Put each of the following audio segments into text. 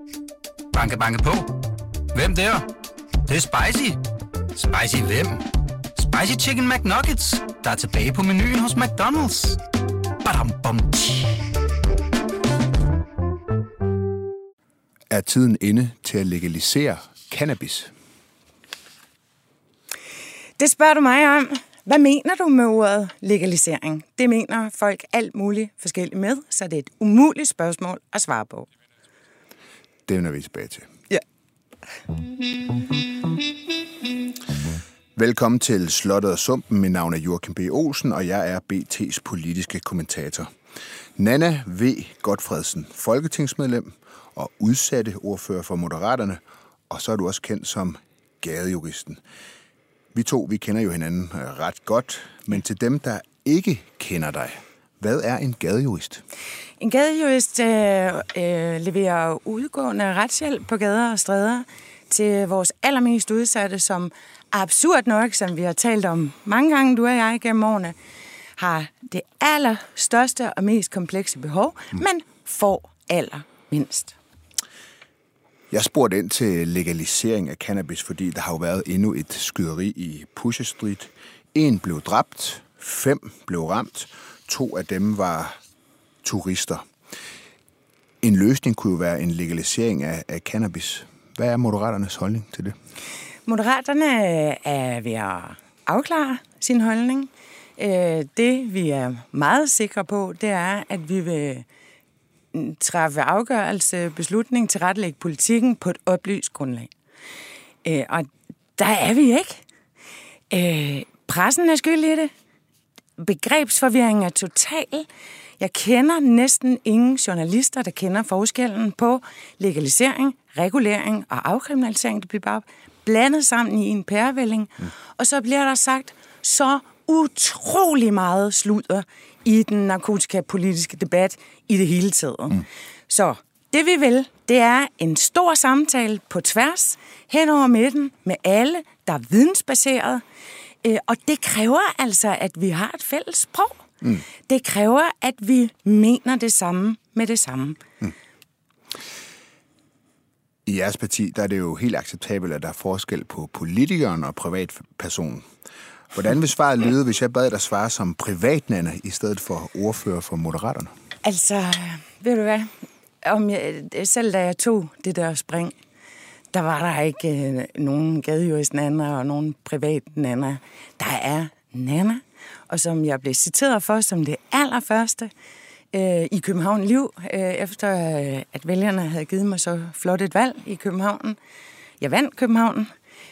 Banke, banke på. Hvem der? Det er spicy. Spicy hvem? Spicy Chicken McNuggets, der er tilbage på menuen hos McDonald's. Badum, bom, Er tiden inde til at legalisere cannabis? Det spørger du mig om. Hvad mener du med ordet legalisering? Det mener folk alt muligt forskelligt med, så det er et umuligt spørgsmål at svare på. Det vender vi tilbage til. Ja. Velkommen til Slottet og Sumpen. Mit navn er Joachim B. Olsen, og jeg er BT's politiske kommentator. Nanna V. Gotfredsen, folketingsmedlem og udsatte ordfører for Moderaterne, og så er du også kendt som gadejuristen. Vi kender jo hinanden ret godt, men til dem, der ikke kender dig, hvad er en gadejurist? En gadejurist leverer udgående retshjælp på gader og stræder til vores allermest udsatte, som absurd nok, som vi har talt om mange gange, du og jeg gennem årene, har det allerstørste og mest komplekse behov, men får allermindst. Jeg spurgte ind til legalisering af cannabis, fordi der har jo været endnu et skyderi i Pusher Street. 1 blev dræbt, 5 blev ramt, 2 af dem var turister. En løsning kunne jo være en legalisering af cannabis. Hvad er Moderaternes holdning til det? Moderaterne er ved at afklare sin holdning. Det, vi er meget sikre på, det er, at vi vil træffe afgørelse, beslutning, tilrettelægge politikken på et oplyst grundlag. Og der er vi ikke. Pressen er skyld i det. Begrebsforvirringen er total. Jeg kender næsten ingen journalister, der kender forskellen på legalisering, regulering og afkriminalisering. Det bliver bare blandet sammen i en pærevælling. Og så bliver der sagt så utrolig meget sludder i den narkotikapolitiske debat i det hele taget. Så det vi vil, det er en stor samtale på tværs, hen over midten, med alle, der er vidensbaseret. Og det kræver altså, at vi har et fælles sprog. Det kræver, at vi mener det samme med det samme. I jeres parti, der er det jo helt acceptabelt, at der er forskel på politikeren og privatpersonen. Hvordan vil svaret lyde, hvis jeg bad dig svare som privatnanna i stedet for ordfører for Moderaterne? Altså, ved du hvad? Selv da jeg tog det der spring, der var der ikke nogen gadejurist-nanna og nogen privat-nanna. Der er nanna, og som jeg blev citeret for som det allerførste i København Liv, efter at vælgerne havde givet mig så flot et valg i København. Jeg vandt København.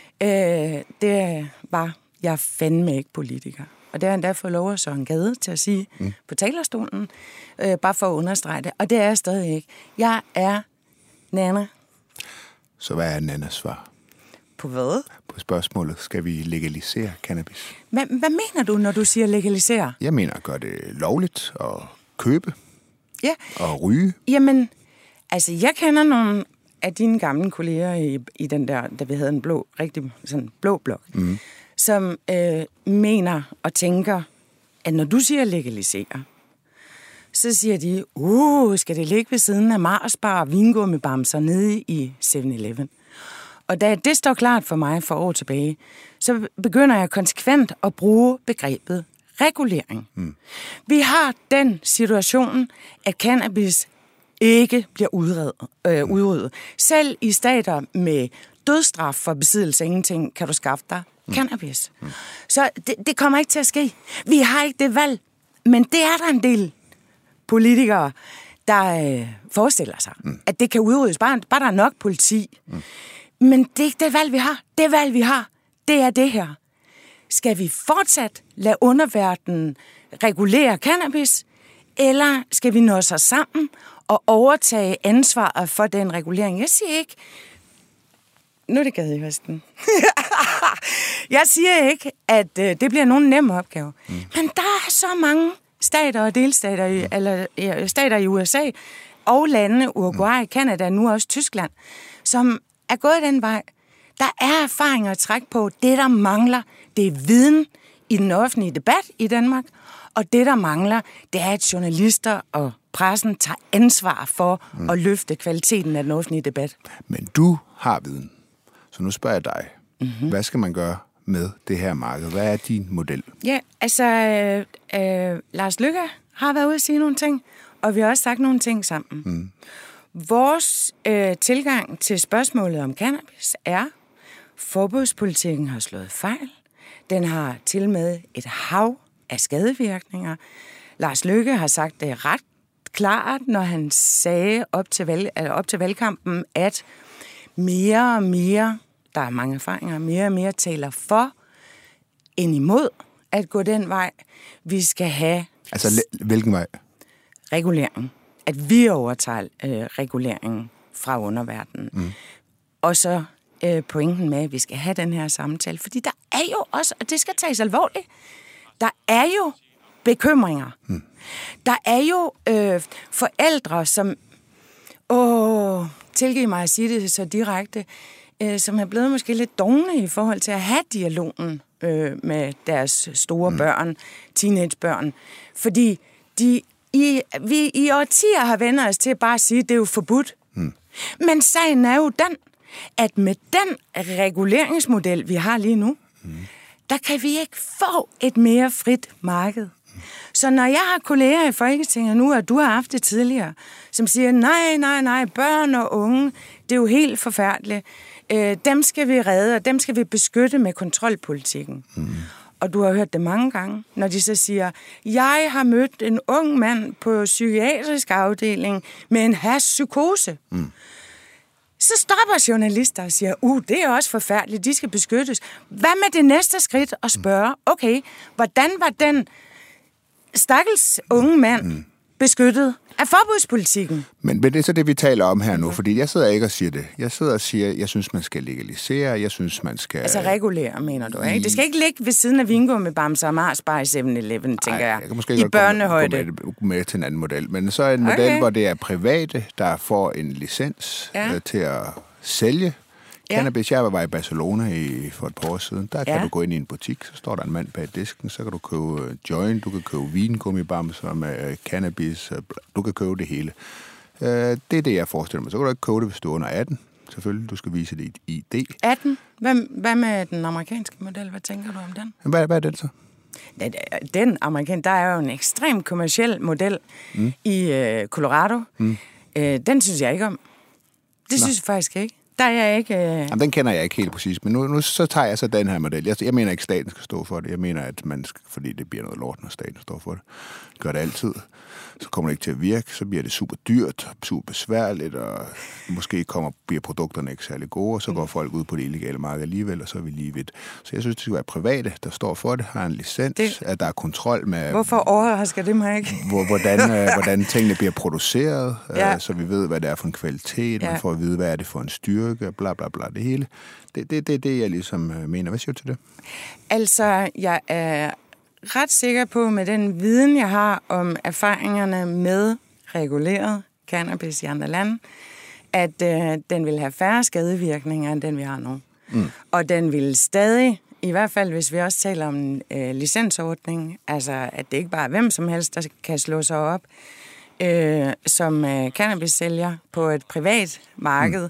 Det var, jeg er fandme ikke politiker. Og det har jeg endda fået lov at Søren Gade til at sige på talerstolen, bare for at understrege det. Og det er jeg stadig ikke. Jeg er nanna. Så hvad er Nannas svar? På hvad? På spørgsmålet, skal vi legalisere cannabis? Hvad mener du, når du siger legalisere? Jeg mener at gøre det lovligt at købe og ryge. Jamen, altså jeg kender nogle af dine gamle kolleger i den der, da vi havde en rigtig sådan blå blok, som mener og tænker, at når du siger legalisere, så siger de, skal det ligge ved siden af Marsbar og vingummibamser nede i 7-Eleven. Og da det står klart for mig for år tilbage, så begynder jeg konsekvent at bruge begrebet regulering. Vi har den situation, at cannabis ikke bliver udryddet. Selv i stater med dødsstraf for besiddelse af ingenting, kan du skaffe dig cannabis. Så det kommer ikke til at ske. Vi har ikke det valg, men det er der en del politikere, der forestiller sig, at det kan udryddes. Bare der er nok politi. Men det er ikke det valg, vi har. Det valg, vi har, det er det her. Skal vi fortsat lade underverdenen regulere cannabis, eller skal vi nå os sammen og overtage ansvaret for den regulering? Jeg siger ikke... Nu er det gadejuristen. Jeg siger ikke, at det bliver nogen nem opgave. Men der er så mange stater og delstater, eller stater i USA, og lande, Uruguay, Canada, nu også Tyskland, som er gået den vej. Der er erfaringer at trække på. Det, der mangler, det er viden i den offentlige debat i Danmark, og det, der mangler, det er, at journalister og pressen tager ansvar for at løfte kvaliteten af den offentlige debat. Men du har viden, så nu spørger jeg dig. Hvad skal man gøre med det her marked? Hvad er din model? Ja, altså, Lars Løkke har været ude at sige nogle ting, og vi har også sagt nogle ting sammen. Vores tilgang til spørgsmålet om cannabis er, forbudspolitikken har slået fejl. Den har til med et hav af skadevirkninger. Lars Løkke har sagt det ret klart, når han sagde op til valgkampen, at mere og mere, der er mange erfaringer, mere og mere taler for end imod at gå den vej. Vi skal have... Altså, hvilken vej? Regulering. At vi overtager reguleringen fra underverdenen. Og så pointen med, at vi skal have den her samtale. Fordi der er jo også, og det skal tages alvorligt, der er jo bekymringer. Der er jo forældre, som... tilgiv mig at sige det så direkte, som er blevet måske lidt dovne i forhold til at have dialogen med deres store børn, teenagebørn. Fordi vi i årtier har vendt os til at bare sige, at det er jo forbudt. Men sagen er jo den, at med den reguleringsmodel, vi har lige nu, der kan vi ikke få et mere frit marked. Så når jeg har kolleger i Folketinget nu, og du har haft det tidligere, som siger, nej, børn og unge, det er jo helt forfærdeligt. Dem skal vi redde, og dem skal vi beskytte med kontrolpolitikken. Og du har hørt det mange gange, når de så siger, jeg har mødt en ung mand på psykiatrisk afdeling med en hashpsykose. Så stopper journalister og siger, det er også forfærdeligt, de skal beskyttes. Hvad med det næste skridt og spørge, okay, hvordan var den stakkels unge mand beskyttet af forbudspolitikken? Men det er så det, vi taler om her nu, fordi jeg sidder ikke og siger det. Jeg sidder og siger, jeg synes, man skal legalisere, jeg synes, man skal... Altså regulere, mener du, ikke? Det skal ikke ligge ved siden af vingummi-bamser og Mars bare i 7-Eleven, tænker jeg. Kan måske i børnehøjde. Gå med til en anden model. Men så er en model, hvor det er private, der får en licens til at sælge cannabis. Jeg var i Barcelona for et par år siden. Der kan du gå ind i en butik, så står der en mand bag disken, så kan du købe joint, du kan købe vingummibamser med cannabis, du kan købe det hele. Det er det, jeg forestiller mig. Så kan du ikke købe det, hvis du er under 18. Selvfølgelig, du skal vise dit ID. 18? Hvad med den amerikanske model? Hvad tænker du om den? Hvad er den så? Den amerikanske, der er jo en ekstremt kommerciel model i Colorado. Den synes jeg ikke om. Det synes jeg faktisk ikke. Der er jeg ikke... Jamen, den kender jeg ikke helt præcis, men nu så tager jeg så den her model. Jeg mener ikke, staten skal stå for det. Jeg mener, at man skal, fordi det bliver noget lort, når staten står for det. Det gør det altid. Så kommer det ikke til at virke, så bliver det super dyrt, super besværligt, og måske bliver produkterne ikke særlig gode, og så går folk ud på det illegale marked alligevel, og så er vi lige vidt. Så jeg synes, det skal være private, der står for det, har en licens, at der er kontrol med... Hvorfor overrasker det mig ikke? hvordan tingene bliver produceret, så vi ved, hvad det er for en kvalitet, man får at vide, hvad er det for en styrke, bla bla bla, det hele. Det er det, jeg ligesom mener. Hvad siger du til det? Altså, jeg er ret sikker på, med den viden, jeg har om erfaringerne med reguleret cannabis i andre lande, at den vil have færre skadevirkninger, end den vi har nu. Og den vil stadig, i hvert fald hvis vi også taler om en licensordning, altså at det ikke bare er hvem som helst, der kan slå sig op som cannabis-sælger på et privat marked,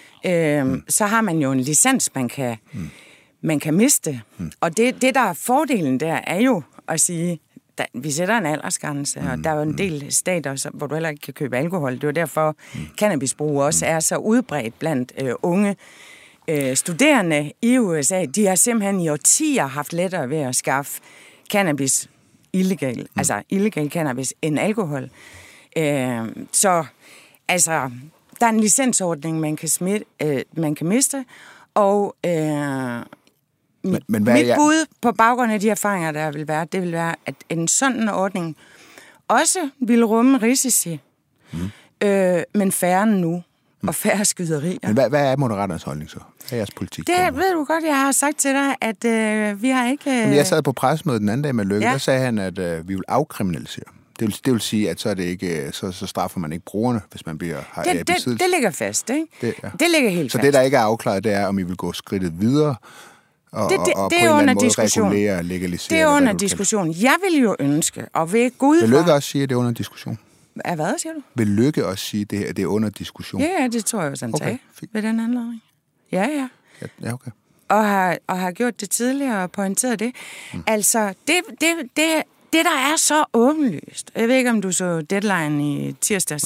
så har man jo en licens, man kan miste. Og det, der er fordelen der, er jo at sige, vi sætter en aldersgrænse, og der er jo en del stater, hvor du heller ikke kan købe alkohol. Det er jo derfor, cannabisbrug også er så udbredt blandt unge studerende i USA. De har simpelthen i årtier haft lettere ved at skaffe cannabis illegal, altså illegal cannabis end alkohol. Så altså, der er en licensordning, man kan miste, og men mit bud på baggrund af de erfaringer, der vil være, det vil være, at en sådan ordning også vil rumme risici, men færre nu, og færre skyderier. Men hvad er Moderaternes holdning så? Hvad er jeres politik? Det ved du godt, jeg har sagt til dig, at vi har ikke... Men jeg sad på pressemødet den anden dag med Løkke, der sagde han, at vi vil afkriminalisere. Det vil sige, at så er det ikke, så straffer man ikke brugerne, hvis man bliver besiddelse. Det ligger fast, ikke? Det ligger helt så fast. Så det, der ikke er afklaret, det er, om I vil gå skridtet videre og det på en er eller under anden diskussion. Måde regulere, legalisere. Det er under diskussion. Jeg vil jo ønske, og ved Gud... Vil Løkke også sige, at det er under diskussion? Hvad siger du? Vil Løkke også sige, at det er under diskussion? Ja, det tror jeg også, han sagde ved den anledning. Ja. Ja, okay. Og har gjort det tidligere og pointeret det. Altså, det der er så åbenlyst. Jeg ved ikke, om du så Deadline i tirsdags.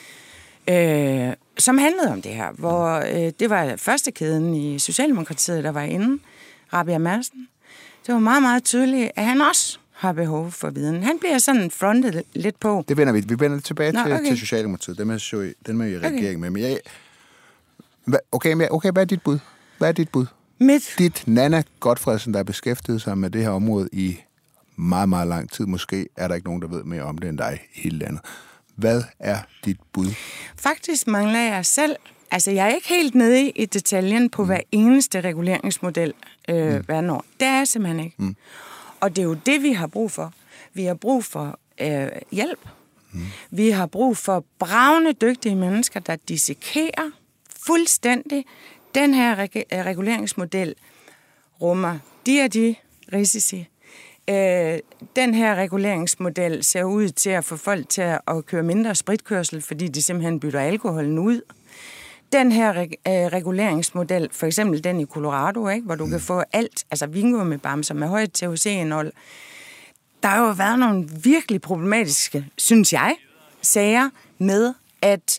Som handlede om det her, hvor det var førstekæden i Socialdemokratiet, der var inde, Rabia Madsen. Det var meget, meget tydeligt, at han også har behov for viden. Han bliver sådan frontet lidt på. Det vender vi. Vi vender tilbage til Socialdemokratiet. Den er i regering med. Men okay, hvad er dit bud? Hvad er dit bud? Dit Nanna Gotfredsen, der har beskæftiget sig med det her område i meget, meget lang tid. Måske er der ikke nogen, der ved mere om det end dig i hele landet. Hvad er dit bud? Faktisk mangler jeg selv. Altså, jeg er ikke helt nede i detaljen på hver eneste reguleringsmodel hver år. Det er jeg simpelthen ikke. Og det er jo det, vi har brug for. Vi har brug for hjælp. Vi har brug for bravende dygtige mennesker, der dissekerer fuldstændig. Den her reguleringsmodel rummer de risici. Den her reguleringsmodel ser ud til at få folk til at køre mindre spritkørsel, fordi de simpelthen bytter alkoholen ud. Den her reguleringsmodel, for eksempel den i Colorado, ikke, hvor du kan få alt, altså vingummibamser med højt THC-indhold. Der har jo været nogle virkelig problematiske, synes jeg, sager med, at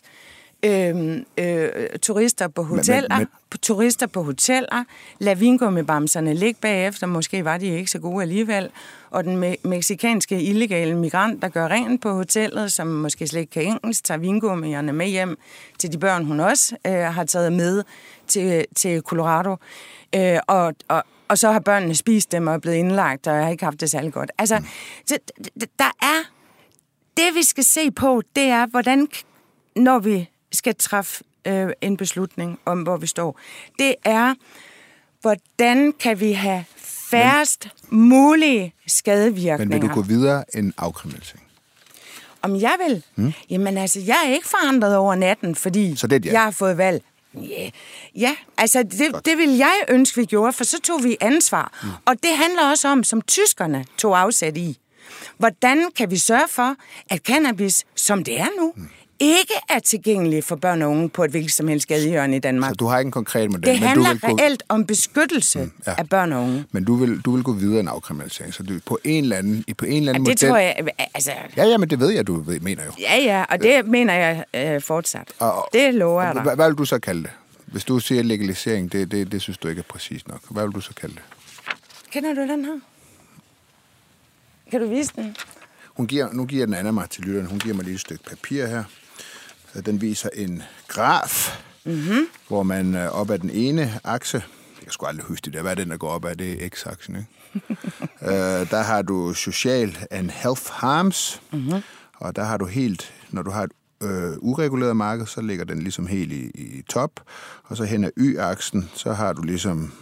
turister på hoteller lader vingummibamserne ligge bagefter, måske var de ikke så gode alligevel, og den meksikanske illegale migrant, der gør rent på hotellet, som måske slet ikke kan engelsk, tager vingummierne med hjem til de børn, hun også har taget med til Colorado, og så har børnene spist dem og er blevet indlagt, og jeg har ikke haft det særlig godt. Altså, der er det, vi skal se på, det er, hvordan, når vi skal træffe en beslutning om, hvor vi står. Det er, hvordan kan vi have færrest mulige skadevirkninger. Men vil du gå videre end afkriminalisering? Om jeg vil? Jamen altså, jeg er ikke forandret over natten, fordi jeg har fået valg. Ja, altså det vil jeg ønske, vi gjorde, for så tog vi ansvar. Og det handler også om, som tyskerne tog afsæt i. Hvordan kan vi sørge for, at cannabis, som det er nu, ikke er tilgængelig for børn og unge på et hvilket som helst gadehjørne i Danmark. Så du har ikke en konkret model. Det handler reelt om beskyttelse af børn og unge. Men du vil gå videre end afkriminalisering, så du på en eller anden model... Det tror jeg... Altså, ja, men det ved jeg, du mener jo. Ja, og det mener jeg fortsat. Det lover jeg dig. Hvad vil du så kalde det? Hvis du siger legalisering, det synes du ikke er præcis nok. Hvad vil du så kalde det? Kender du den her? Kan du vise den? Nu giver den anden mig til lytteren. Hun giver mig lige et stykke papir her. Den viser en graf, hvor man op ad den ene akse, jeg kan sgu aldrig huske det der, hvad er den, der går op ad, det er x-aksen, ikke? Der har du social and health harms, og der har du helt, når du har et ureguleret marked, så ligger den ligesom helt i top, og så hen ad y-aksen, så har du ligesom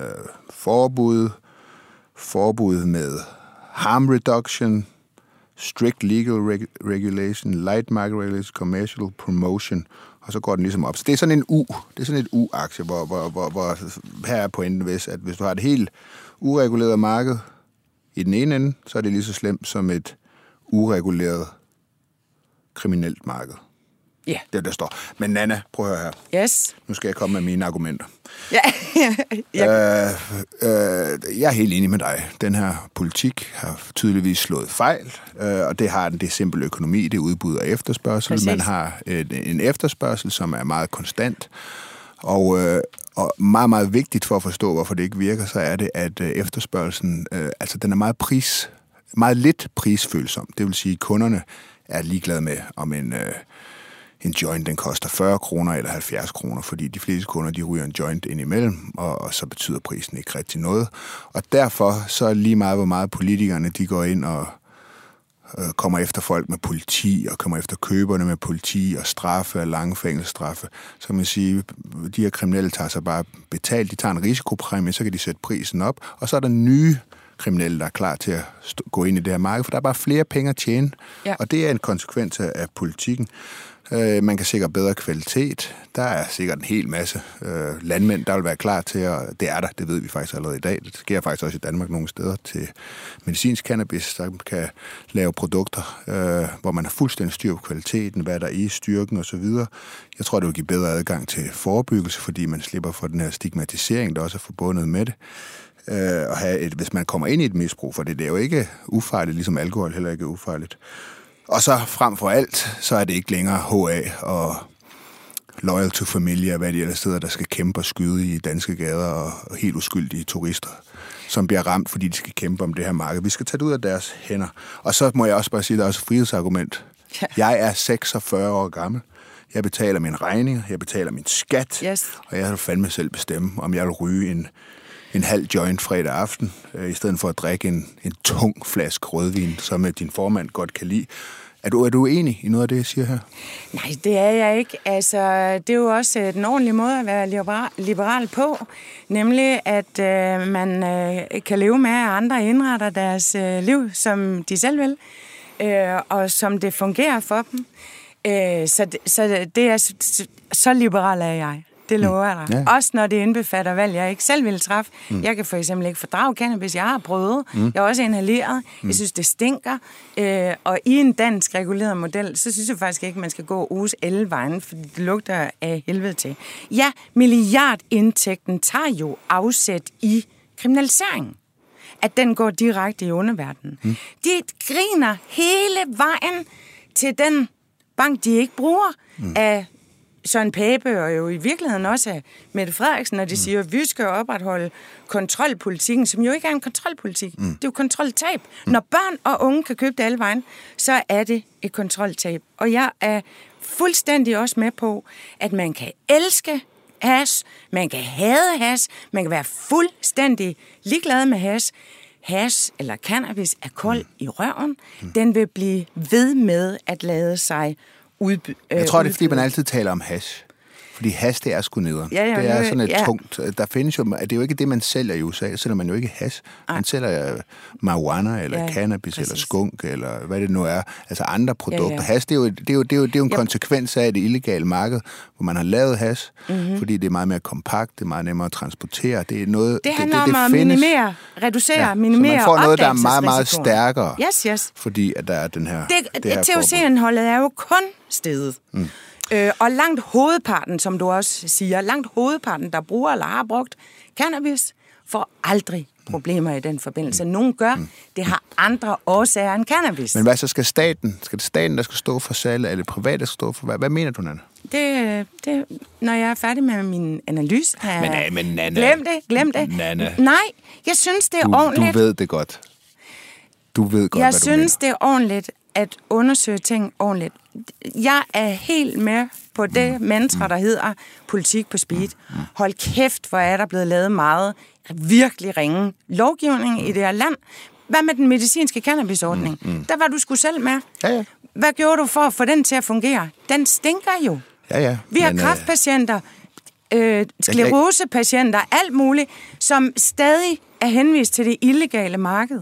forbud med harm reduction, strict legal regulation, light market regulation, commercial promotion, og så går den ligesom op. Så det er sådan en U. Det er sådan et U-aktie, hvor her er pointen ved, at hvis du har et helt ureguleret marked i den ene ende, så er det lige så slemt som et ureguleret kriminelt marked. Ja. Yeah. Det der står. Men Nanna, prøv at høre her. Yes. Nu skal jeg komme med mine argumenter. Ja. Jeg er helt enig med dig. Den her politik har tydeligvis slået fejl, og det har den. Det er simpel økonomi, det er udbud og efterspørgsel. Præcis. Man har en efterspørgsel, som er meget konstant, og meget, meget vigtigt for at forstå, hvorfor det ikke virker, så er det, at efterspørgselen, altså den er meget lidt prisfølsom. Det vil sige, at kunderne er ligeglade med, om en joint, den koster 40 kroner eller 70 kroner, fordi de fleste kunder, de ryger en joint ind imellem, og så betyder prisen ikke rigtig noget. Og derfor så lige meget, hvor meget politikerne, de går ind og kommer efter folk med politi, og kommer efter køberne med politi, og straffe og lange fængselsstraffe, så kan man sige, de her kriminelle tager sig bare betalt, de tager en risikopræmie, så kan de sætte prisen op, og så er der nye kriminelle, der er klar til at gå ind i det her marked, for der er bare flere penge at tjene, og det er en konsekvens af politikken. Man kan sikre bedre kvalitet. Der er sikkert en hel masse landmænd, der vil være klar til, og det er der, det ved vi faktisk allerede i dag. Det sker faktisk også i Danmark nogle steder til medicinsk cannabis, der kan lave produkter, hvor man har fuldstændig styr på kvaliteten, hvad der er i styrken osv. Jeg tror, det vil give bedre adgang til forebyggelse, fordi man slipper for den her stigmatisering, der også er forbundet med det. Og hvis man kommer ind i et misbrug, for det er jo ikke ufarligt, ligesom alkohol heller ikke er ufarligt. Og så frem for alt, så er det ikke længere HA og Loyal to Familia, hvad de ellers steder, der skal kæmpe og skyde i danske gader og helt uskyldige turister, som bliver ramt, fordi de skal kæmpe om det her marked. Vi skal tage det ud af deres hænder. Og så må jeg også bare sige, at der er også et frihedsargument. Ja. Jeg er 46 år gammel. Jeg betaler mine regninger, jeg betaler min skat, og jeg har fandme selv bestemme, om jeg vil ryge en halv joint fredag aften, i stedet for at drikke en tung flaske rødvin, som din formand godt kan lide. Er du enig i noget af det, jeg siger her? Nej, det er jeg ikke. Altså, det er jo også den ordentlige måde at være liberal på, nemlig at man kan leve med, at andre indretter deres liv, som de selv vil, og som det fungerer for dem. Så det er så liberal er jeg. Det lover jeg dig. Ja. Også når det indbefatter valg, jeg ikke selv vil træffe. Jeg kan for eksempel ikke fordrage cannabis. Jeg har prøvet. Jeg har også inhaleret. Jeg synes, det stinker. Og i en dansk reguleret model, så synes jeg faktisk ikke, man skal gå uges 11 vejen, fordi det lugter af helvede til. Ja, milliardindtægten tager jo afsæt i kriminaliseringen. At den går direkte i underverdenen. De griner hele vejen til den bank, de ikke bruger af Søren Pape og jo i virkeligheden også af Mette Frederiksen, når de siger, at vi skal opretholde kontrolpolitikken, som jo ikke er en kontrolpolitik. Det er jo kontroltab. Når børn og unge kan købe det alle vejen, så er det et kontroltab. Og jeg er fuldstændig også med på, at man kan elske hash, man kan hade hash, man kan være fuldstændig ligeglad med hash. Hash eller cannabis er kold i røven. Den vil blive ved med at lade sig jeg tror, det er, fordi man altid taler om hash. Fordi hash, det er sgu nederen. Det er sådan et tungt. Der findes jo, det er jo ikke det, man sælger i USA. Så sælger man jo ikke hash. Man sælger marijuana, eller cannabis, eller skunk, eller hvad det nu er. Altså andre produkter. Hash, det er jo en konsekvens af det illegale marked, hvor man har lavet hash, fordi det er meget mere kompakt, det er meget nemmere at transportere. Det er noget, det handler om at minimere, reducere, minimere. Så man får noget, der er meget, meget stærkere. Yes. Fordi at der er den her... Det her THC-indholdet er jo kun steget. Og langt hovedparten, som du også siger, der bruger eller har brugt cannabis, får aldrig problemer i den forbindelse. Nogen gør, det har andre årsager end cannabis. Men hvad så skal staten? Skal det staten, der skal stå for salg, eller det private, der skal stå for hvad? Hvad mener du, Nanna? Det, når jeg er færdig med min analyse... Men Nanna... Glem det. Nanna. Nej, jeg synes, det er ordentligt. Du ved det godt. Du ved godt, hvad du mener. Jeg synes, det er ordentligt at undersøge ting ordentligt. Jeg er helt med på det mantra, der hedder politik på speed. Hold kæft, hvor er der blevet lavet meget virkelig ringe lovgivning i det her land. Hvad med den medicinske cannabisordning? Der var du sgu selv med. Ja. Hvad gjorde du for at få den til at fungere? Den stinker jo. Ja. Vi har kræftpatienter, sklerosepatienter, alt muligt, som stadig er henvist til det illegale marked.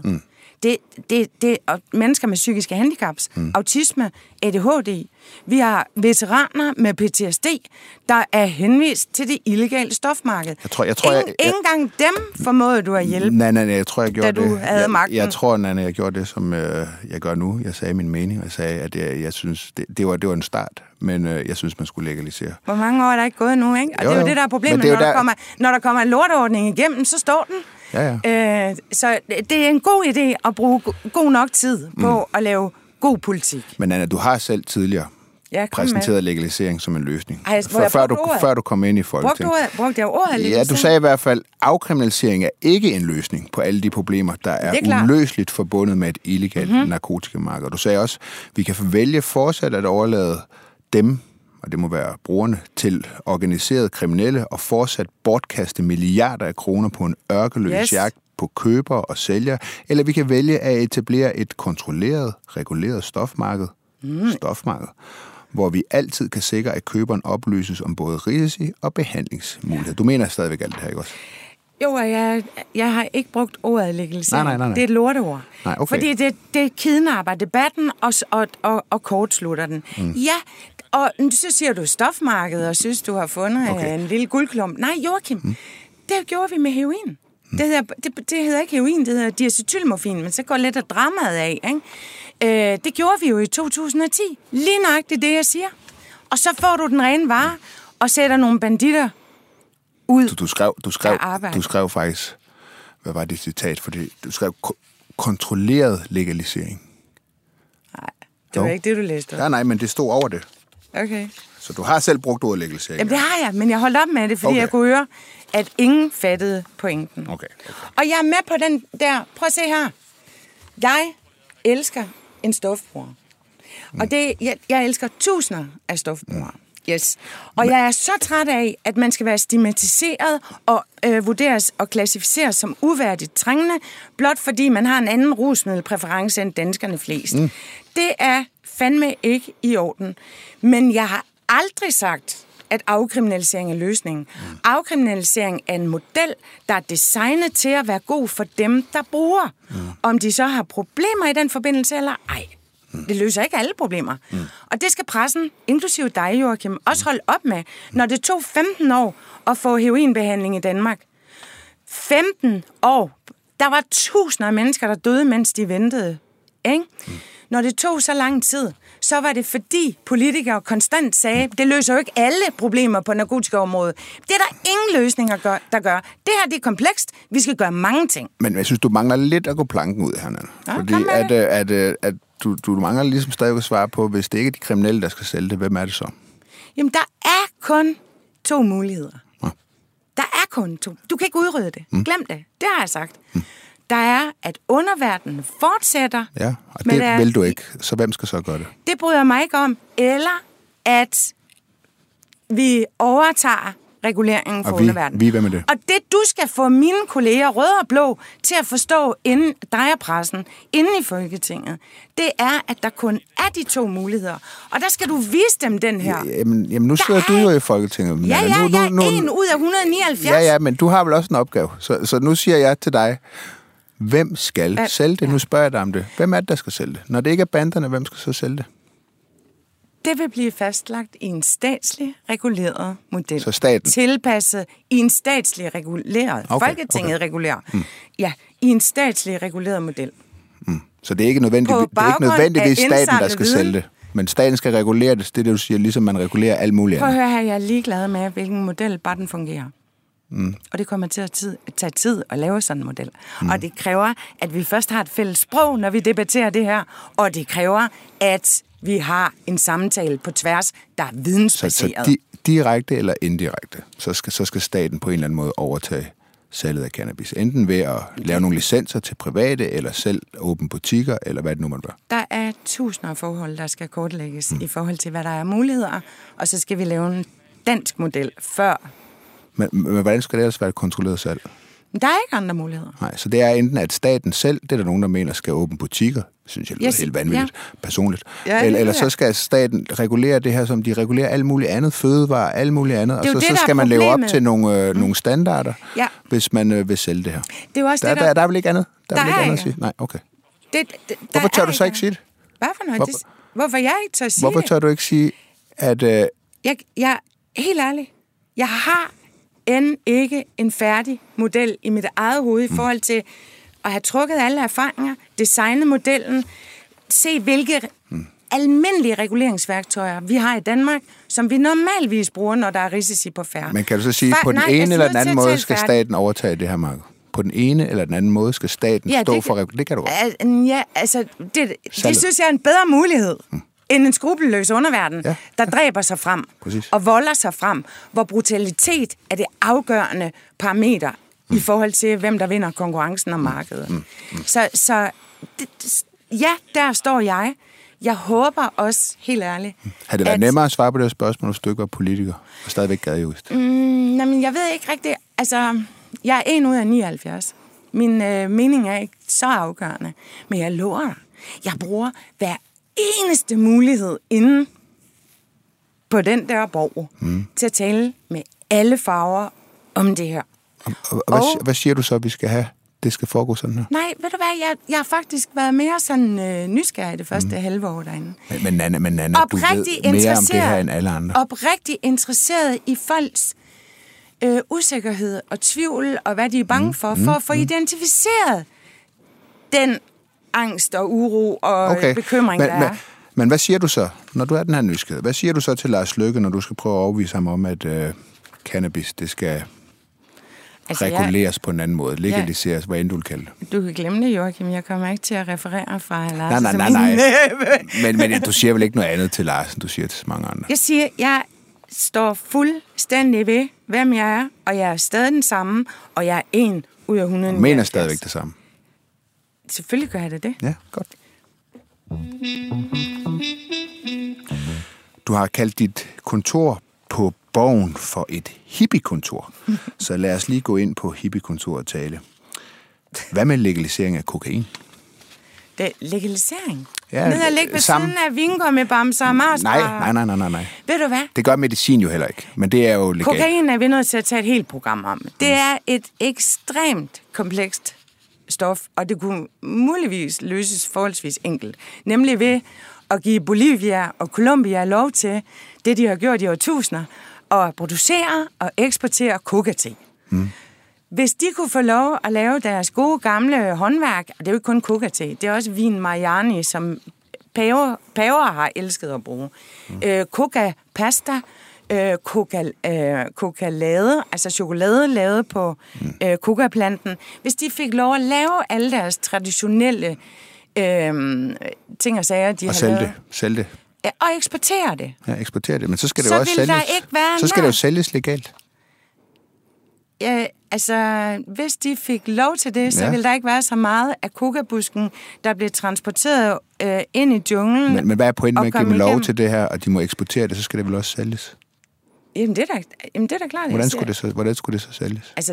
Det og mennesker med psykiske handicaps, autisme, ADHD. Vi har veteraner med PTSD, der er henvist til det illegale stofmarked. Ikke engang dem formåede du at hjælpe, jeg tror, jeg gjorde da du havde magten. Jeg tror, Nanna, jeg gjorde det, som jeg gør nu. Jeg sagde min mening, og jeg sagde, at jeg synes, det var en start, men jeg synes, man skulle legalisere. Hvor mange år er der ikke gået nu, ikke? Og det er jo det, der er problemet. Når der kommer en lorteordning igennem, så står den. Ja. Så det er en god idé at bruge god nok tid på at lave god politik. Men Nanna, du har selv tidligere præsenteret legalisering som en løsning. Før du kom ind i Folketinget. Brugte jeg ordet legalisering? Ja, du sagde i hvert fald, at afkriminalisering er ikke en løsning på alle de problemer, der er uløseligt forbundet med et illegalt narkotikamarked. Du sagde også, at vi kan vælge fortsat at overlade dem, og det må være brugerne, til organiserede kriminelle og fortsat bortkaste milliarder af kroner på en ørkeløs jagt på købere og sælgere, eller vi kan vælge at etablere et kontrolleret, reguleret stofmarked, hvor vi altid kan sikre, at køberen oplyses om både risici og behandlingsmuligheder. Du mener stadigvæk alt det her, ikke også? Jo, jeg har ikke brugt ordet legalisering. Nej. Det er et lorteord. Okay. Fordi det kidnapper debatten og kortslutter den. Ja, Og så siger du stofmarkedet, og synes, du har fundet en lille guldklump. Nej, Joachim, det gjorde vi med heroin. Det hedder ikke heroin, det hedder diacetylmorfin, men så går lidt af dramaet af, ikke? Det gjorde vi jo i 2010. Lige nøjagtigt det, jeg siger. Og så får du den rene vare, og sætter nogle banditter ud. Du skrev faktisk, hvad var det citat? Fordi du skrev kontrolleret legalisering. Nej, det var ikke det, du læste. Ja, nej, men det stod over det. Okay. Så du har selv brugt ordet legalisering? Jamen, det har jeg, men jeg holdt op med det, fordi jeg kunne høre, at ingen fattede pointen. Okay. Og jeg er med på den der. Prøv at se her. Jeg elsker en stofbruger. Og jeg elsker tusinder af stofbrugere. Yes. Og jeg er så træt af, at man skal være stigmatiseret og vurderes og klassificeres som uværdigt trængende, blot fordi man har en anden rusmiddelpræference end danskerne flest. Det er fandme ikke i orden. Men jeg har aldrig sagt, at afkriminalisering er løsningen. Afkriminalisering er en model, der er designet til at være god for dem, der bruger. Om de så har problemer i den forbindelse eller ej. Det løser ikke alle problemer. Og det skal pressen, inklusive dig, Joachim, også holde op med, når det tog 15 år at få heroinbehandling i Danmark. 15 år. Der var tusinder af mennesker, der døde, mens de ventede. Ikke? Når det tog så lang tid, så var det fordi politikere konstant sagde, det løser jo ikke alle problemer på narkotikaområdet. Det er der ingen løsninger, der gør. Det her, det er komplekst. Vi skal gøre mange ting. Men jeg synes, du mangler lidt at gå planken ud her, Nanna. Fordi at du mangler ligesom stadig at svare på, hvis det ikke er de kriminelle, der skal sælge det, hvem er det så? Jamen, der er kun 2 muligheder. Ja. Der er kun 2. Du kan ikke udrydde det. Glem det. Det har jeg sagt. Der er, at underverdenen fortsætter. Ja, og det vil du ikke. Så hvem skal så gøre det? Det bryder mig ikke om. Eller at vi overtager reguleringen for underverdenen. Vi hvad med det? Og det, du skal få mine kolleger, røde og blå, til at forstå inden dig og pressen, inden i Folketinget, det er, at der kun er de 2 muligheder. Og der skal du vise dem den her. Jamen nu sidder du jo i Folketinget. Ja, jeg er 1 ud af 179. Ja, men du har vel også en opgave. Så nu siger jeg til dig, hvem skal sælge det? Nu spørger jeg dig om det. Hvem er det, der skal sælge det? Når det ikke er banderne, hvem skal så sælge det? Det vil blive fastlagt i en statslig reguleret model. Så staten? Tilpasset i en statslig reguleret. Folketinget regulerer. Ja, i en statslig reguleret model. Så det er ikke nødvendigvis staten, der skal sælge det. Men staten skal regulere det. Det er det, du siger, ligesom man regulerer alt muligt andet. Prøv at høre her, jeg er ligeglad med, hvilken model bare den fungerer. Og det kommer til at tage tid at lave sådan en model. Og det kræver, at vi først har et fælles sprog, når vi debatterer det her. Og det kræver, at vi har en samtale på tværs, der er vidensbaseret. Så direkte eller indirekte, så skal staten på en eller anden måde overtage salget af cannabis. Enten ved at lave nogle licenser til private, eller selv åbne butikker, eller hvad det nu man gør. Der er tusinder af forhold, der skal kortlægges i forhold til, hvad der er muligheder. Og så skal vi lave en dansk model før. Men hvordan skal det ellers være et kontrolleret salg? Der er ikke andre muligheder. Nej, så det er enten, at staten selv, det er der nogen, der mener, skal åbne butikker, synes jeg lyder helt vanvittigt, personligt. Ja, eller så skal staten regulere det her, som de regulerer alt muligt andet, fødevarer, alt muligt andet, og så skal man leve op til nogle standarder, hvis man vil sælge det her. Det er jo også der er vel ikke andet? Der er vel ikke andet at sige? Nej, okay. Hvorfor tør du så ikke sige det? Hvad for noget? Hvorfor jeg ikke tør sige Hvorfor tør du ikke sige, at... Jeg helt ærligt, jeg har end ikke en færdig model i mit eget hoved i forhold til at have trukket alle erfaringer, designet modellen, se hvilke almindelige reguleringsværktøjer vi har i Danmark, som vi normalvis bruger, når der er risici på færre. Men kan du så sige, at på den ene eller den anden måde skal staten overtage det her marked? På den ene eller den anden måde skal staten stå for regulering? Det kan du godt. Ja, altså, det synes jeg er en bedre mulighed. End en skrupelløs underverden, der dræber sig frem og volder sig frem, hvor brutalitet er det afgørende parameter i forhold til, hvem der vinder konkurrencen om markedet. Så der står jeg. Jeg håber også, helt ærligt... Har det været nemmere at svare på det spørgsmål, hvis du ikke var politiker og stadigvæk gadejurist? Men jeg ved ikke rigtigt... Altså, jeg er 1 ud af 79. Min mening er ikke så afgørende, men jeg lover dig. Jeg bruger hver eneste mulighed inden på den der borg til at tale med alle farver om det her. Og hvad siger du så, vi skal have det skal foregå sådan her? Nej, ved du hvad, jeg har faktisk været mere sådan nysgerrig det første halve år derinde. Men Nanna, du ved mere om det her end alle andre. Oprigtigt interesseret i folks usikkerhed og tvivl, og hvad de er bange for at få identificeret den angst og uro og bekymring, der er. Men hvad siger du så, når du er den her nysgerrighed? Hvad siger du så til Lars Løkke, når du skal prøve at overbevise ham om, at cannabis, det skal reguleres på en anden måde, legaliseres, hvad end du vil kalde det? Du kan glemme det, Joachim. Jeg kommer ikke til at referere fra Lars. Nej. Men du siger vel ikke noget andet til Lars, end du siger til mange andre? Jeg siger, jeg står fuldstændig ved, hvem jeg er, og jeg er stadig den samme, og jeg er 1 ud af 100. Du mener stadigvæk det samme? Selvfølgelig gør jeg det. Ja, godt. Du har kaldt dit kontor på Borgen for et hippiekontor. Så lad os lige gå ind på hippiekontoret og tale. Hvad med legalisering af kokain? Det legalisering? Ja, ned og ligge ved siden af vingummibamser og Marsbar. Nej. Ved du hvad? Det gør medicin jo heller ikke, men det er jo legalt. Kokain er vi nødt til at tage et helt program om. Det er et ekstremt komplekst stof, og det kunne muligvis løses forholdsvis enkelt. Nemlig ved at give Bolivia og Colombia lov til det, de har gjort i årtusinder, at producere og eksportere coca-te. Hvis de kunne få lov at lave deres gode gamle håndværk, og det er jo ikke kun coca-te, det er også vin Mariani, som paver har elsket at bruge. Coca-pasta, coca-lade, altså chokolade lavet på coca-planten. Hvis de fik lov at lave alle deres traditionelle ting og sager, de har lavet. Sælge det. Og eksportere det. Ja, eksportere det, men så skal det jo også sælges. Så skal det jo sælges legalt. Ja, altså, hvis de fik lov til det, så ville der ikke være så meget af kokabusken, der blev transporteret ind i junglen. Men hvad er pointen med at give dem lov til det her, og de må eksportere det, så skal det vel også sælges? Jamen, det er da klart. Hvordan skulle det så sælges? Altså,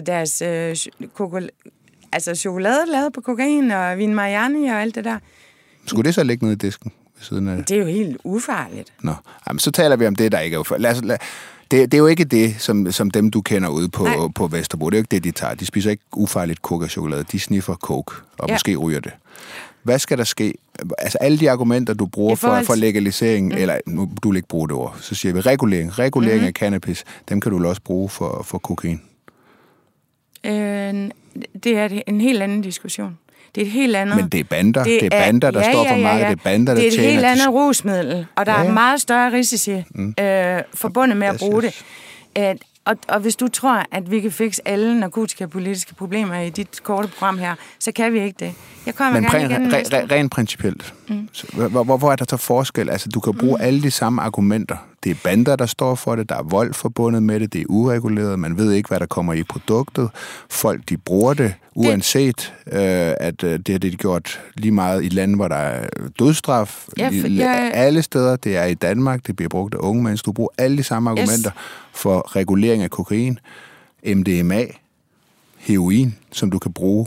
deres chokolade lavet på kokain og vin Mariani og alt det der. Skulle det så ligge nede i disken ved siden af det? Det er jo helt ufarligt. Nå, jamen, så taler vi om det, der ikke er ufarligt. Det er jo ikke det, som dem, du kender ude på Vesterbro. Det er jo ikke det, de tager. De spiser ikke ufarligt coke og chokolade. De sniffer coke, og måske ryger det. Hvad skal der ske? Altså alle de argumenter, du bruger for legalisering, eller nu du vil ikke bruge det ord, så siger vi regulering af cannabis, dem kan du også bruge for kokain. Det er en helt anden diskussion. Det er et helt andet... Men det er bander, der står for markedet, det er bander, der tjener... Det er et helt andet rusmiddel, og der er meget større risici forbundet med at bruge det. Og hvis du tror, at vi kan fikse alle narkotikapolitiske problemer i dit korte program her, så kan vi ikke det. Jeg kommer gerne igen. Rent principielt. Hvor er der så forskel? Altså, du kan bruge alle de samme argumenter. Det er bander, der står for det. Der er vold forbundet med det. Det er ureguleret. Man ved ikke, hvad der kommer i produktet. Folk, de bruger det, uanset at det har de gjort lige meget i lande, hvor der er dødsstraf. Alle steder. Det er i Danmark. Det bliver brugt af unge mennesker. Du bruger alle de samme argumenter for regulering af kokain, MDMA, heroin, som du kan bruge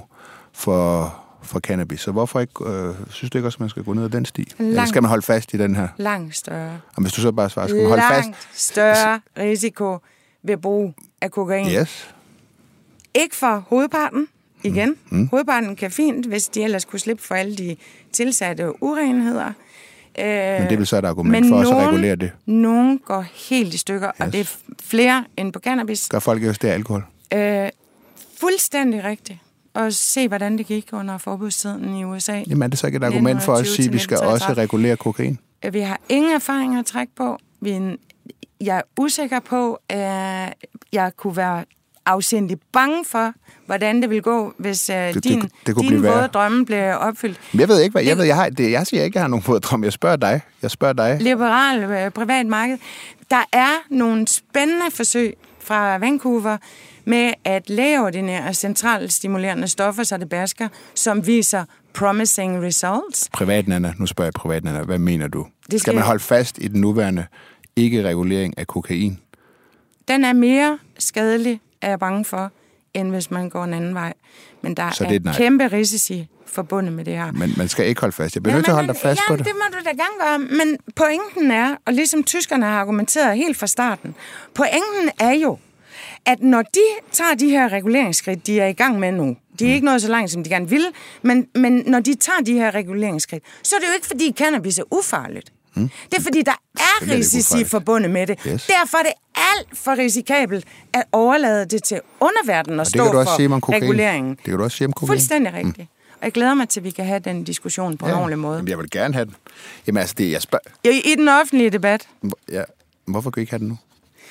for cannabis. Så hvorfor ikke, synes du ikke også, at man skal gå ned ad den sti? Eller skal man holde fast i den her? Langt større. Og hvis du så bare svarer, skal man holde fast? Langt større risiko ved brug af kokain. Yes. Ikke for hovedparten, igen. Hovedparten kan fint, hvis de ellers kunne slippe for alle de tilsatte urenheder. Men det vil så et argument for os at regulere det. Nogen går helt i stykker, og det er flere end på cannabis. Gør folk justere alkohol? Fuldstændig rigtigt. Og se, hvordan det gik under forbudstiden i USA. Jamen er det så ikke et argument for os at sige, at vi skal også regulere kokain? Vi har ingen erfaringer at trække på. Jeg er usikker på, at jeg kunne være afsindig bange for, hvordan det vil gå, hvis din våde drømme bliver opfyldt. Jeg ved ikke, hvad jeg siger ikke, at jeg har nogen våde drømme. Jeg spørger dig. Liberal privat marked. Der er nogle spændende forsøg fra Vancouver med at lægeordinere centralstimulerende stoffer, så det bærsker, som viser promising results. Nu spørger jeg privatnanna. Hvad mener du? Skal man holde fast i den nuværende ikke-regulering af kokain? Den er mere skadelig, er jeg bange for, end hvis man går en anden vej. Men der er kæmpe risici forbundet med det her. Men man skal ikke holde fast. Jeg bliver nødt til at holde dig fast på det. Det må du da gerne gøre. Men pointen er, og ligesom tyskerne har argumenteret helt fra starten, pointen er jo, at når de tager de her reguleringsskridt, de er i gang med nu, de er ikke nået så langt, som de gerne vil, men når de tager de her reguleringsskridt, så er det jo ikke, fordi cannabis er ufarligt. Det er, fordi der er risici forbundet med det. Yes. Derfor er det alt for risikabelt at overlade det til underverdenen og stå for reguleringen. Det kan du også sige om kokain. Fuldstændig rigtigt. Og jeg glæder mig til, at vi kan have den diskussion på en ordentlig måde. Jamen, jeg vil gerne have den. Jamen, altså, det jeg I den offentlige debat. Ja. Hvorfor kan I ikke have den nu?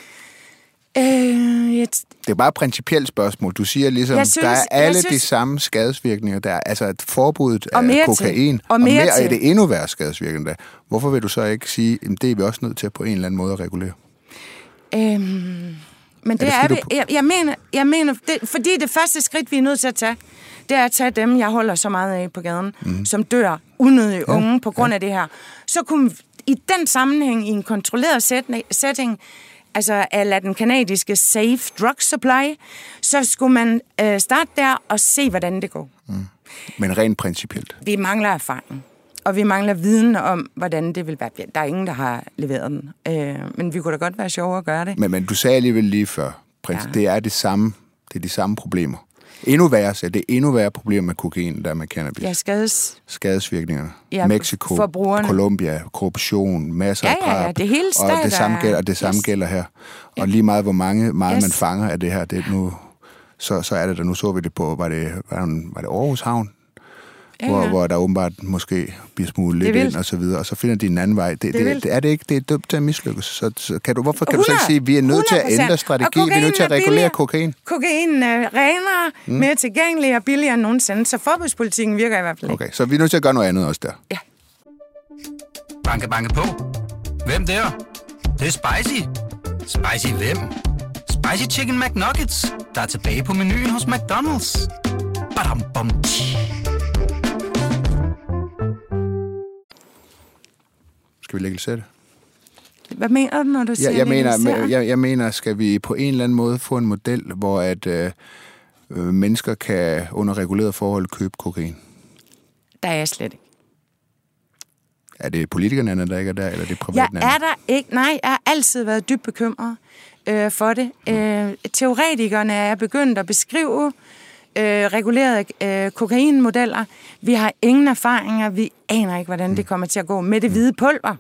Det er bare et principielt spørgsmål. Du siger ligesom, der er alle de samme skadesvirkninger. Der er altså et forbud af kokain, og mere er det endnu værre skadesvirkninger. Hvorfor vil du så ikke sige, at det er vi også nødt til på en eller anden måde at regulere? Men det er vi. Jeg mener fordi det første skridt, vi er nødt til at tage, det er at tage dem, jeg holder så meget af på gaden, som dør unødigt unge på grund af det her. Så kunne i den sammenhæng, i en kontrolleret setting, altså af den kanadiske Safe Drug Supply, så skulle man starte der og se, hvordan det går. Men rent principielt? Vi mangler erfaring, og vi mangler viden om, hvordan det vil være. Der er ingen, der har leveret den, men vi kunne da godt være sjovere at gøre det. Men du sagde alligevel lige før, det er det samme, det er de samme problemer. Endnu værre, så det er endnu værre problemer med kokain, der med cannabis. Ja, skadesvirkningerne. Ja, Mexico, Colombia, korruption, masser af drab. Det hele og det samme gælder her. Og lige meget, hvor meget man fanger af det her, det nu, så er det der. Nu så vi det på, var det Aarhus Havn? Hvor der åbenbart måske bliver smuglet lidt ind og så videre, og så finder de en anden vej. Det er det ikke. Det er dømt til at mislykkes. Hvorfor kan du så ikke sige, at vi er nødt til at ændre strategi, vi er nødt til at regulere kokain? Kokain er renere, mere tilgængelig og billigere end nogensinde, så forbudspolitikken virker i hvert fald ikke. Okay, så vi er nødt til at gøre noget andet også der. Ja. Banke, banke på. Hvem der? Det er spicy. Spicy hvem? Spicy Chicken McNuggets, der er tilbage på menuen hos McDonald's. Badum, bom, Skal vi legalisere det? Hvad mener du, når du siger jeg mener, skal vi på en eller anden måde få en model, hvor at mennesker kan under reguleret forhold købe kokain? Der er jeg slet ikke. Er det politikerne, der ikke er der, eller er det privat? Jeg er der ikke. Nej, jeg har altid været dybt bekymret for det. Teoretikerne er begyndt at beskrive regulerede kokainmodeller. Vi har ingen erfaringer. Vi aner ikke, hvordan det kommer til at gå med det hvide pulver.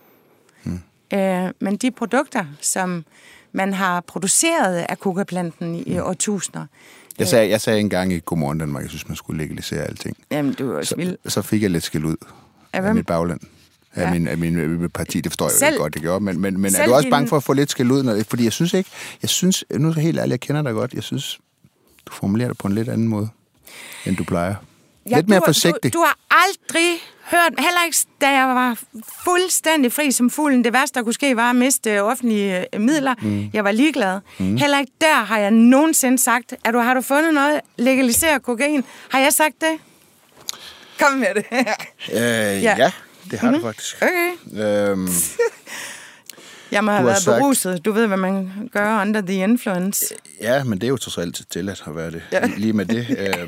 Men de produkter, som man har produceret af kokaplanten i årtusinder. Jeg sagde engang i Godmorgen Danmark, jeg synes, man skulle legalisere alting. Jamen, du er også vild. Så fik jeg lidt skæld ud af mit bagland. Af min parti, det forstår jeg jo godt, det gjorde. Men er du også bange for at få lidt skæld ud? Fordi jeg synes, nu er jeg helt ærlig, jeg kender dig godt, jeg synes, du formulerer det på en lidt anden måde, end du plejer. Lidt mere forsigtig. Du har aldrig hørt, heller ikke da jeg var fuldstændig fri som fuglen. Det værste, der kunne ske, var at miste offentlige midler. Jeg var ligeglad. Heller ikke der har jeg nogensinde sagt, har du fundet noget? Legalisere kokain. Har jeg sagt det? Kom med det. Ja, det har du faktisk. Okay. Jeg må have været beruset. Du ved, hvad man gør under the influence. Ja, men det er jo trods alt tilladt at være det. Ja. Lige med det.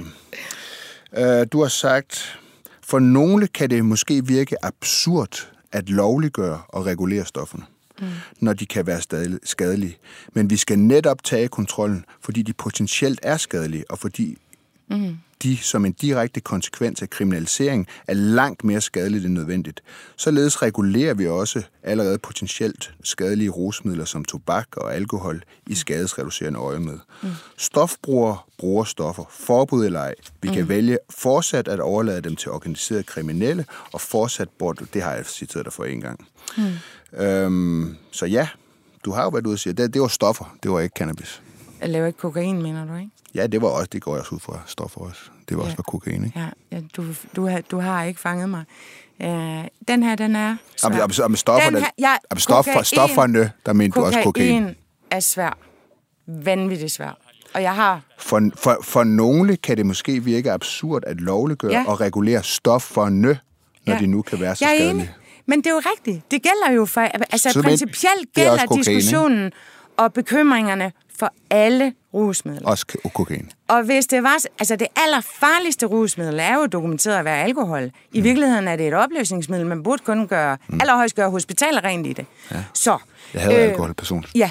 Du har sagt, for nogle kan det måske virke absurd at lovliggøre og regulere stofferne, når de kan være skadelige. Men vi skal netop tage kontrollen, fordi de potentielt er skadelige, og fordi de som en direkte konsekvens af kriminalisering er langt mere skadeligt end nødvendigt. Således regulerer vi også allerede potentielt skadelige rusmidler som tobak og alkohol i skadesreducerende øjemed. Stofbrugere bruger stoffer, forbud eller ej. Vi kan vælge fortsat at overlade dem til organiserede kriminelle, og fortsat bort, det har jeg citeret dig for en gang. Så ja, du har jo været ude og sige, det var stoffer, det var ikke cannabis. Jeg laver ikke kokain, mener du, ikke? Ja, det går jeg også ud fra stoffer også. Det var også kokain, ikke? Ja, du har ikke fanget mig. Den her, den er svær. Og med stoffer, stofferne, der mener du også kokain. Kokain er svær. Vanvittigt svær. Og jeg har... For nogle kan det måske virke absurd at lovliggøre og regulere stofferne, når de nu kan være så skadelige. Enig. Men det er jo rigtigt. Det gælder jo for... Altså, principielt gælder diskussionen og bekymringerne for alle rusmidler. Også kokain. Og hvis det var... Altså, det allerfarligste rusmiddel er jo dokumenteret at være alkohol. I virkeligheden er det et opløsningsmiddel. Man burde kun allerhøjst gøre hospitaler rent i det. Ja. Så... Jeg havde alkohol personligt. Ja,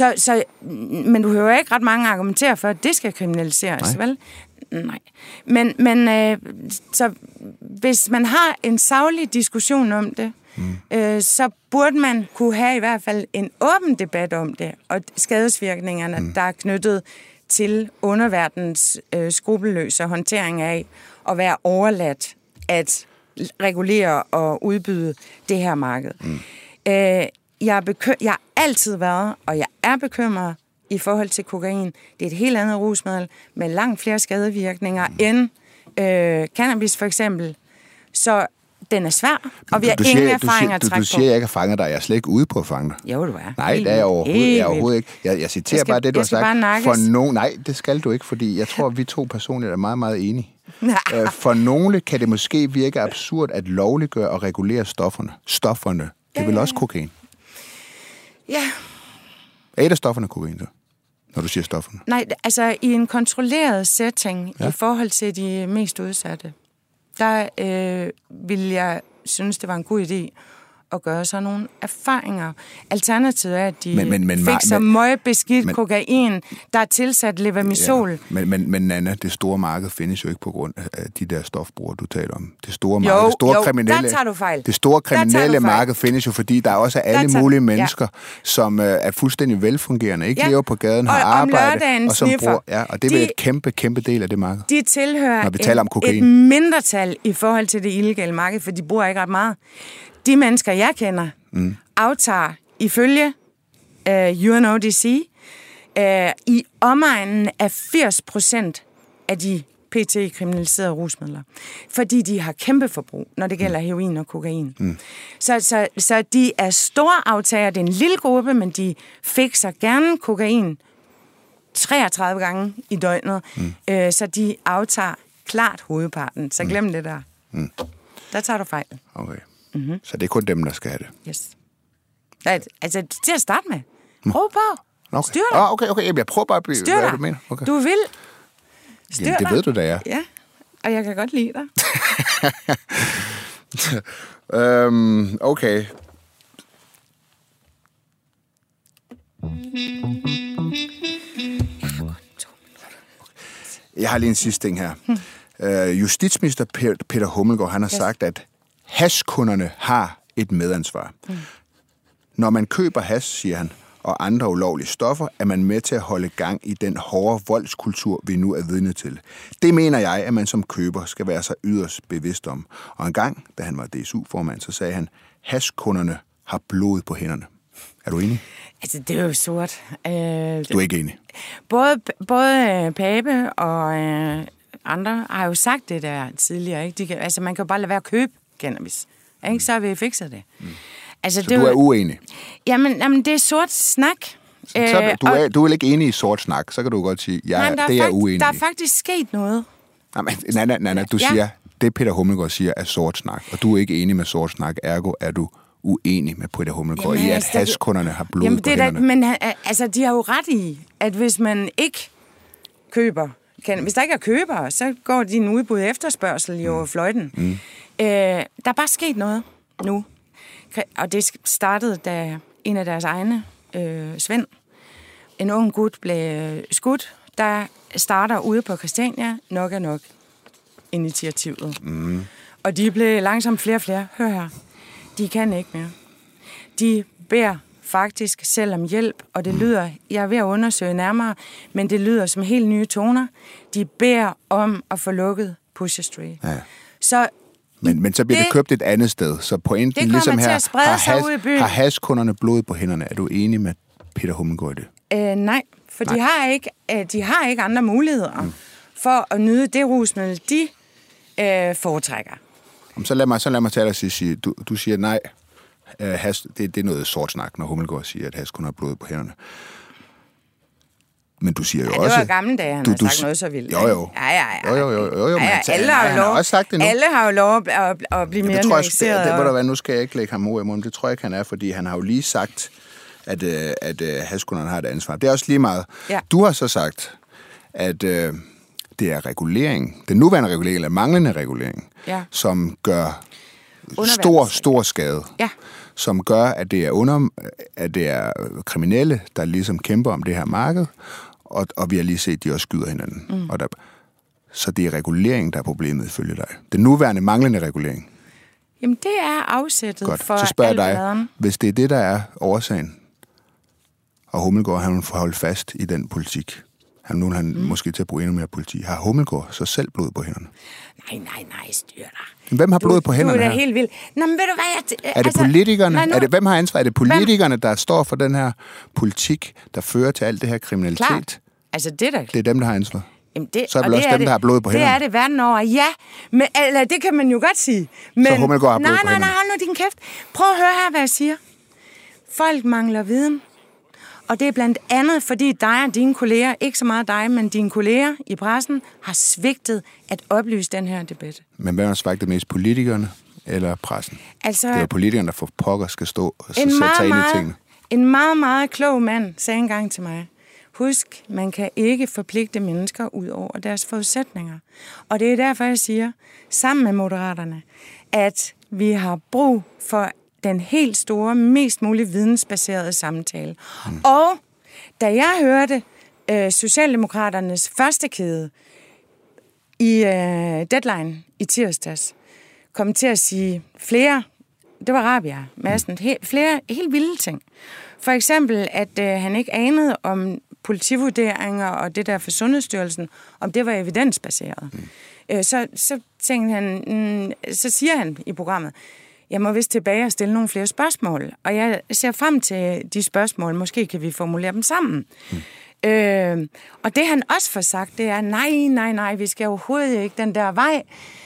men du hører ikke ret mange argumentere for, at det skal kriminaliseres, vel? Nej. Men så hvis man har en saglig diskussion om det, så burde man kunne have i hvert fald en åben debat om det, og skadesvirkningerne, der er knyttet til underverdens skrupelløse håndtering af at være overladt at regulere og udbyde det her marked. Jeg har altid været, og jeg er bekymret i forhold til kokain. Det er et helt andet rusmiddel med langt flere skadevirkninger end cannabis for eksempel. Så den er svær, og vi har ingen erfaring at trække på. Du siger, at jeg ikke har fanget dig. Jeg er slet ikke ude på at fange dig. Jo, du er. Nej, det er jeg overhovedet ikke. Jeg citerer bare det, du har sagt. For nogen, nej, det skal du ikke, fordi jeg tror, at vi to personligt er meget, meget enige. For nogle kan det måske virke absurd at lovliggøre og regulere stofferne. Det er vel også kokain? Ja. Er et af stofferne kokain, så? Når du siger stofferne? Nej, altså i en kontrolleret setting i forhold til de mest udsatte, der vil jeg synes, det var en god idé at gøre sig nogle erfaringer. Alternativet er, at de fik så møgbeskidt kokain, der er tilsat levamisol. Ja, men Nanna, det store marked findes jo ikke på grund af de der stofbrugere, du taler om. Det store marked, der tager du fejl. Det store kriminelle marked findes jo, fordi der også er alle mulige mennesker, som er fuldstændig velfungerende, ikke lever på gaden, har arbejde, og som bruger, og det er et kæmpe del af det marked. De tilhører når vi taler om kokain. Et mindretal i forhold til det illegale marked, for de bruger ikke ret meget. De mennesker, jeg kender, aftager ifølge UNODC i omegnen af 80% af de PT-kriminaliserede rusmidler. Fordi de har kæmpe forbrug, når det gælder heroin og kokain. Så de er store aftager. Det er en lille gruppe, men de fikser gerne kokain 33 gange i døgnet. Så de aftager klart hovedparten. Så glem det der. Der tager du fejl. Okay. Så det er kun dem, der skal have det? Yes. Altså, til at starte med. Prøv på. Okay. Styr dig. Okay. Jeg prøver bare at blive, hvad du mener. Okay. Du vil. Styr dig. Det ved du da, ja. Ja, og jeg kan godt lide dig. Okay. Jeg har lige en sidste ting her. Justitsminister Peter Hummelgaard, han har sagt, at hashkunderne har et medansvar. Når man køber hash, siger han, og andre ulovlige stoffer, er man med til at holde gang i den hårde voldskultur, vi nu er vidne til. Det mener jeg, at man som køber skal være sig yderst bevidst om. Og en gang, da han var DSU-formand, så sagde han, hashkunderne har blod på hænderne. Er du enig? Altså, det er jo sort. Du er ikke enig? Både Pape og andre har jo sagt det der tidligere. Ikke? Man kan jo bare lade være at købe cannabis. Ikke? Så har vi fikset det. Altså, så du er uenig? Jamen, det er sort snak. Du er ikke enig i sort snak, så kan du godt sige, det er uenig. Der er faktisk sket noget. Nej, du siger, det Peter Hummelgaard siger er sort snak, og du er ikke enig med sort snak, ergo er du uenig med Peter Hummelgaard i, at hashkunderne har blod på hænderne. Men de har jo ret i, at hvis man ikke køber, hvis der ikke er købere, så går din udbud efterspørgsel jo fløjten. Der er bare sket noget nu. Og det startede, da en af deres egne, Svend, en ung gut, blev skudt. Der starter ude på Christiania nok er nok initiativet. Og de blev langsomt flere og flere. Hør her. De kan ikke mere. De beder faktisk selv om hjælp, og det lyder, jeg er ved at undersøge nærmere, men det lyder som helt nye toner. De beder om at få lukket Pusher Street. Ja. Så men så bliver det købt et andet sted. Så pointen ligesom her, har hashkunderne blod på hænderne. Er du enig med Peter Hummelgaard i det? Nej, for de har ikke andre muligheder for at nyde det rusmiddel, de foretrækker. Så lad mig tage dig og sige, du siger nej, det er noget sort snak, når Hummelgaard siger, at hashkunder har blod på hænderne. Men du siger jo også... det var gamle dage, han har sagt noget så vildt. Jo. Jo, Alle har også sagt det nu. Alle har jo lov at blive mere nuanceret. Nu skal jeg ikke lægge ham ord i munden. Det tror jeg ikke, han er, fordi han har jo lige sagt, at hashkunderne har et ansvar. Det er også lige meget. Ja. Du har så sagt, at det er regulering, den nuværende regulering, eller manglende regulering, som gør stor skade. Ja. Som gør, at det er kriminelle, der ligesom kæmper om det her marked, og vi har lige set, at de også skyder hinanden. Så det er regulering, der er problemet ifølge dig. Den nuværende manglende regulering. Jamen, det er afsættet godt. for så spørger alt dig, bladen. Hvis det er det, der er årsagen, og Hummelgaard, han får holdt fast i den politik, han måske til at bruge endnu mere politi, har Hummelgaard så selv blod på hænderne? Nej, styr dig. Hvem har blod på hænderne her? Du er da helt vild. Nå, men ved du hvad, er det politikerne? Hvem har ansvar? Er det politikerne, der står for den her politik, der fører til alt det her kriminalitet? Klart. Altså, det er dem, der har ansvar. Jamen så er det også dem, der har blod på hænderne. Det er det verden over, ja. Men, eller, det kan man jo godt sige. Men, så Hummelgaard har blod på hænderne? Nej, hold nu din kæft. Prøv at høre her, hvad jeg siger. Folk mangler viden. Og det er blandt andet, fordi dig og dine kolleger, ikke så meget dig, men dine kolleger i pressen, har svigtet at oplyse den her debat. Men hvem har svigtet mest, politikerne eller pressen? Altså, det er jo politikerne, der for pokker skal stå og sætte sig ind i tingene. En meget, meget klog mand sagde engang til mig, husk, man kan ikke forpligte mennesker ud over deres forudsætninger. Og det er derfor, jeg siger, sammen med Moderaterne, at vi har brug for den helt store, mest muligt vidensbaserede samtale. Og da jeg hørte Socialdemokraternes første kæde i Deadline i tirsdags, kom til at sige flere, det var Rabia Madsen, flere helt vilde ting. For eksempel, at han ikke anede om politivurderinger og det der for Sundhedsstyrelsen, om det var evidensbaseret. Så tænkte han, så siger han i programmet, jeg må vist tilbage og stille nogle flere spørgsmål, og jeg ser frem til de spørgsmål. Måske kan vi formulere dem sammen. Og det han også får sagt, det er, nej, vi skal overhovedet ikke den der vej.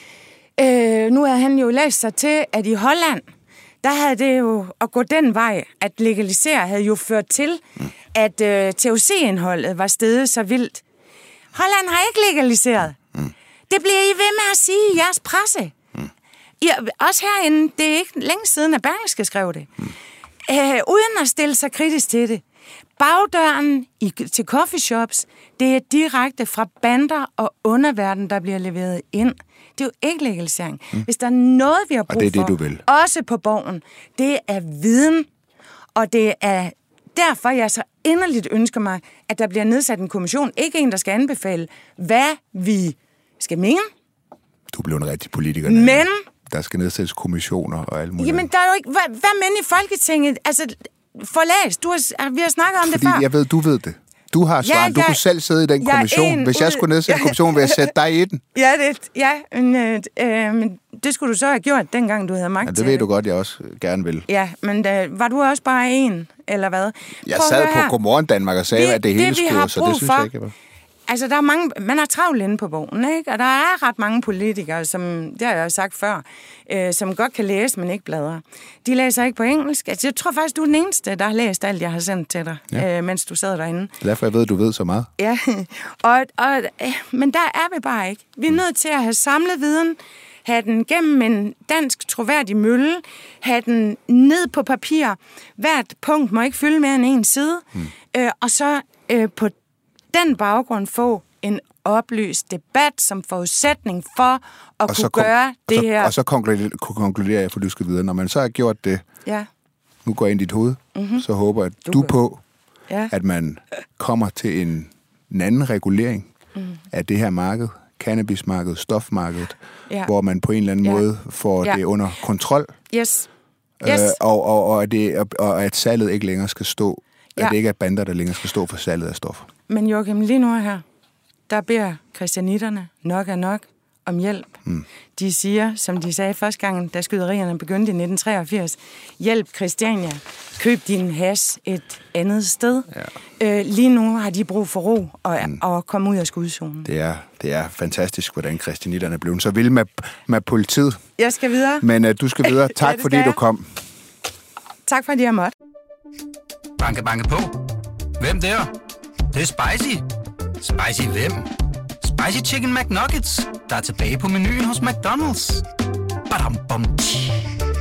Nu har han jo læst sig til, at i Holland, der havde det jo at gå den vej, at legalisere, havde jo ført til, at THC-indholdet var steget så vildt. Holland har ikke legaliseret. Det bliver I ved med at sige i jeres presse. Også herinde, det er ikke længe siden, at Berlingske skrev det. Uden at stille sig kritisk til det. Bagdøren til coffeeshops, det er direkte fra bander og underverden, der bliver leveret ind. Det er jo ikke legalisering. Hvis der er noget, vi har brug for, det, du vil. Også på Borgen, det er viden. Og det er derfor, jeg så inderligt ønsker mig, at der bliver nedsat en kommission. Ikke en, der skal anbefale, hvad vi skal mene. Du blev en rigtig politiker. Men der skal nedsættes kommissioner og alt muligt. Jamen, der er jo ikke... Hvad mænd i Folketinget? Altså, forlæs. Vi har snakket om det før. Jeg ved, du ved det. Du har svaret. Du kunne selv sidde i den kommission. Hvis jeg skulle nedsætte en kommission, ville jeg sætte dig i den. Men det skulle du så have gjort, dengang du havde magt til det. Ved du godt, jeg også gerne vil. Ja, men var du også bare en, eller hvad? Jeg sad på Godmorgen Danmark og sagde, at det hele skulle, så det synes jeg ikke, jeg var. Altså, der er mange, man har travlt inde på bogen, ikke? Og der er ret mange politikere, som, det har jeg jo sagt før, som godt kan læse, men ikke bladre. De læser ikke på engelsk. Altså, jeg tror faktisk, du er den eneste, der har læst alt, jeg har sendt til dig, mens du sad derinde. Derfor jeg ved, du ved så meget. Ja, men der er vi bare ikke. Vi er nødt til at have samlet viden, have den gennem en dansk troværdig mølle, have den ned på papir. Hvert punkt må ikke fylde mere end en side. Og så på den baggrund få en oplyst debat som forudsætning for at kunne gøre det her. Og så konkluderer jeg, for du skal videre. Når man så har gjort det, nu går jeg ind i dit hoved, så håber du på, at man kommer til en anden regulering af det her marked, cannabismarkedet, stofmarkedet, hvor man på en eller anden måde får det under kontrol. Yes. Og at salget ikke længere skal stå, at det ikke er bander, der længere skal stå for salget af stoffer. Men Joachim, lige nu her, der beder christianitterne nok er nok om hjælp. De siger, som de sagde første gang, da skyderierne begyndte i 1983, hjælp Christiania, køb din hash et andet sted. Lige nu har de brug for ro og komme ud af skudzonen. Det er fantastisk, hvordan christianitterne blev så vilde med politiet. Jeg skal videre. Men du skal videre. Tak fordi du kom. Tak fordi jeg måtte. Banke, banke på. Hvem der? Det er spicy. Spicy hvem? Spicy Chicken McNuggets, der er tilbage på menuen hos McDonald's. Badum, bom,